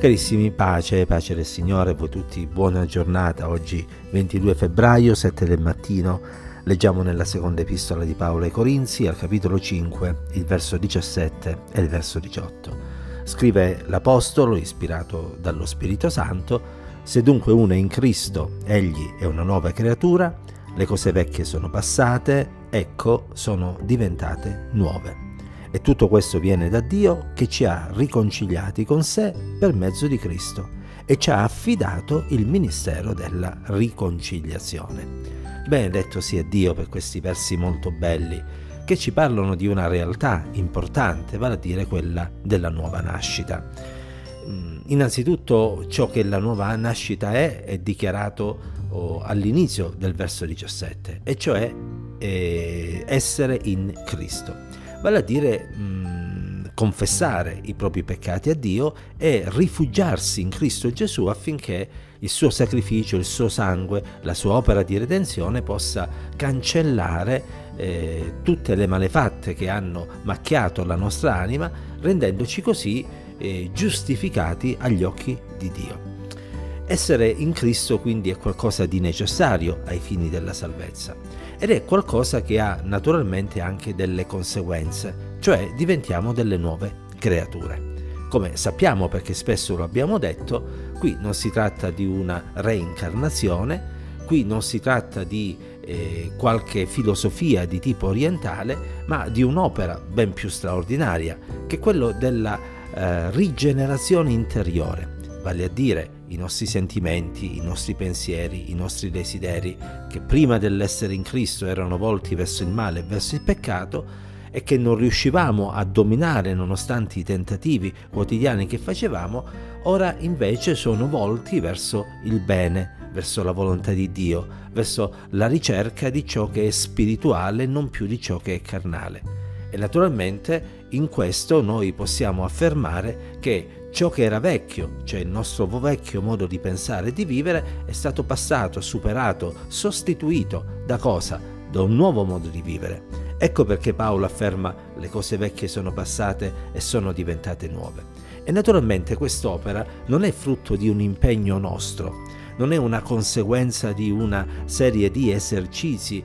Carissimi, pace del Signore a voi tutti, buona giornata. Oggi 22 febbraio, 7 del mattino, leggiamo nella seconda epistola di Paolo ai Corinzi, al capitolo 5, il verso 17 e il verso 18. Scrive l'Apostolo, ispirato dallo Spirito Santo: se dunque uno è in Cristo, egli è una nuova creatura, le cose vecchie sono passate, ecco, sono diventate nuove. E tutto questo viene da Dio, che ci ha riconciliati con sé per mezzo di Cristo e ci ha affidato il ministero della riconciliazione. Benedetto sia Dio per questi versi molto belli che ci parlano di una realtà importante, vale a dire quella della nuova nascita. Innanzitutto ciò che la nuova nascita è dichiarato all'inizio del verso 17, e cioè essere in Cristo. Vale a dire confessare i propri peccati a Dio e rifugiarsi in Cristo Gesù affinché il suo sacrificio, il suo sangue, la sua opera di redenzione possa cancellare tutte le malefatte che hanno macchiato la nostra anima, rendendoci così giustificati agli occhi di Dio. Essere in Cristo quindi è qualcosa di necessario ai fini della salvezza ed è qualcosa che ha naturalmente anche delle conseguenze, cioè diventiamo delle nuove creature. Come sappiamo, perché spesso lo abbiamo detto, qui non si tratta di una reincarnazione, qui non si tratta di qualche filosofia di tipo orientale, ma di un'opera ben più straordinaria, che è quello della rigenerazione interiore, vale a dire i nostri sentimenti, i nostri pensieri, i nostri desideri, che prima dell'essere in Cristo erano volti verso il male e verso il peccato e che non riuscivamo a dominare nonostante i tentativi quotidiani che facevamo, ora invece sono volti verso il bene, verso la volontà di Dio, verso la ricerca di ciò che è spirituale, non più di ciò che è carnale. E naturalmente in questo noi possiamo affermare che ciò che era vecchio, cioè il nostro vecchio modo di pensare e di vivere, è stato passato, superato, sostituito da cosa? Da un nuovo modo di vivere. Ecco perché Paolo afferma: le cose vecchie sono passate e sono diventate nuove. E naturalmente quest'opera non è frutto di un impegno nostro, non è una conseguenza di una serie di esercizi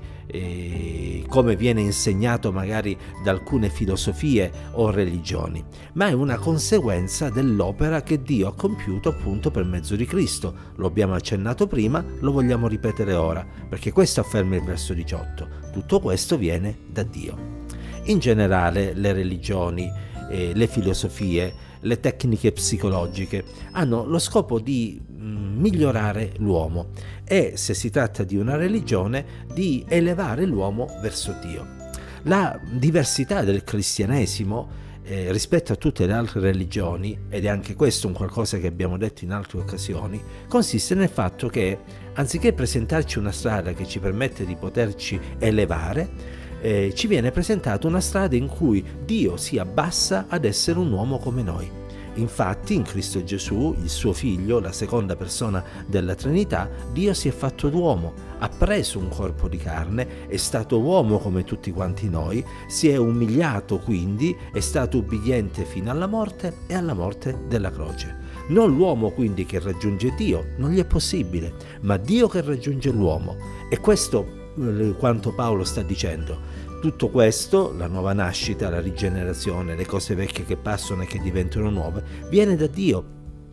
come viene insegnato magari da alcune filosofie o religioni, ma è una conseguenza dell'opera che Dio ha compiuto appunto per mezzo di Cristo. Lo abbiamo accennato prima, lo vogliamo ripetere ora, perché questo afferma il verso 18. Tutto questo viene da Dio. In generale le religioni, le filosofie, le tecniche psicologiche hanno lo scopo di migliorare l'uomo e, se si tratta di una religione, di elevare l'uomo verso Dio. La diversità del cristianesimo rispetto a tutte le altre religioni, ed è anche questo un qualcosa che abbiamo detto in altre occasioni, consiste nel fatto che anziché presentarci una strada che ci permette di poterci elevare, ci viene presentata una strada in cui Dio si abbassa ad essere un uomo come noi. Infatti in Cristo Gesù, il suo figlio, la seconda persona della Trinità, Dio si è fatto uomo, ha preso un corpo di carne, è stato uomo come tutti quanti noi, si è umiliato quindi, è stato ubbidiente fino alla morte e alla morte della croce. Non l'uomo quindi che raggiunge Dio, non gli è possibile, ma Dio che raggiunge l'uomo. E questo quanto Paolo sta dicendo. Tutto questo, la nuova nascita, la rigenerazione, le cose vecchie che passano e che diventano nuove, viene da Dio,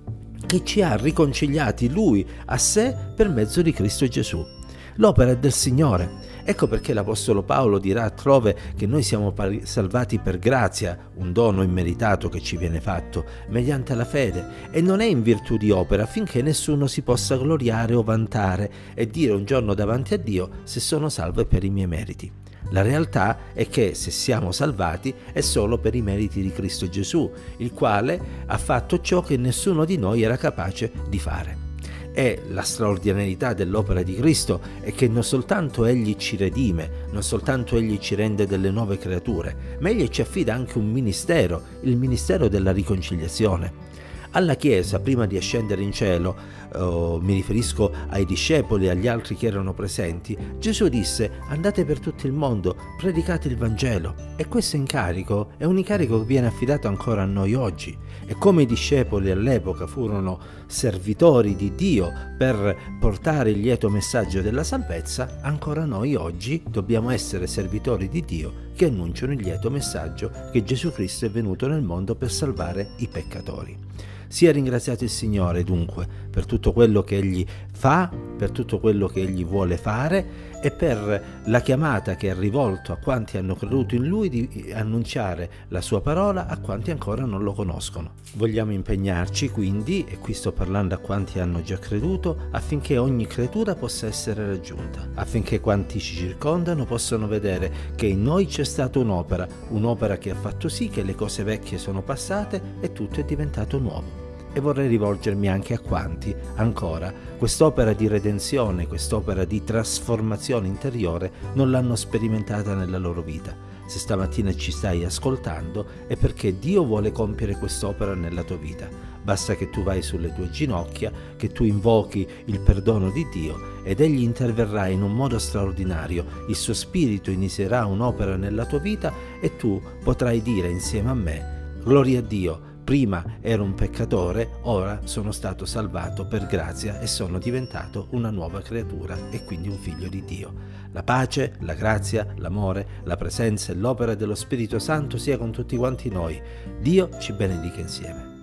che ci ha riconciliati Lui a sé per mezzo di Cristo Gesù. L'opera è del Signore. Ecco perché l'Apostolo Paolo dirà altrove che noi siamo salvati per grazia, un dono immeritato che ci viene fatto mediante la fede, e non è in virtù di opera, affinché nessuno si possa gloriare o vantare e dire un giorno davanti a Dio: se sono salvo è per i miei meriti. La realtà è che se siamo salvati è solo per i meriti di Cristo Gesù, il quale ha fatto ciò che nessuno di noi era capace di fare. E la straordinarietà dell'opera di Cristo è che non soltanto Egli ci redime, non soltanto Egli ci rende delle nuove creature, ma Egli ci affida anche un ministero, il ministero della riconciliazione. Alla Chiesa, prima di ascendere in cielo, mi riferisco ai discepoli e agli altri che erano presenti, Gesù disse: andate per tutto il mondo, predicate il Vangelo. E questo incarico è un incarico che viene affidato ancora a noi oggi. E come i discepoli all'epoca furono servitori di Dio per portare il lieto messaggio della salvezza, ancora noi oggi dobbiamo essere servitori di Dio che annunciano il lieto messaggio che Gesù Cristo è venuto nel mondo per salvare i peccatori. Sia ringraziato il Signore dunque per tutto quello che Egli fa, per tutto quello che Egli vuole fare e per la chiamata che ha rivolto a quanti hanno creduto in Lui di annunciare la Sua parola a quanti ancora non lo conoscono. Vogliamo impegnarci quindi, e qui sto parlando a quanti hanno già creduto, affinché ogni creatura possa essere raggiunta, affinché quanti ci circondano possano vedere che in noi c'è stata un'opera che ha fatto sì che le cose vecchie sono passate e tutto è diventato nuovo. E vorrei rivolgermi anche a quanti ancora quest'opera di redenzione, quest'opera di trasformazione interiore non l'hanno sperimentata nella loro vita. Se stamattina ci stai ascoltando è perché Dio vuole compiere quest'opera nella tua vita. Basta che tu vai sulle tue ginocchia, che tu invochi il perdono di Dio ed Egli interverrà in un modo straordinario. Il suo Spirito inizierà un'opera nella tua vita e tu potrai dire insieme a me: gloria a Dio, prima ero un peccatore, ora sono stato salvato per grazia e sono diventato una nuova creatura e quindi un figlio di Dio. La pace, la grazia, l'amore, la presenza e l'opera dello Spirito Santo sia con tutti quanti noi. Dio ci benedica insieme.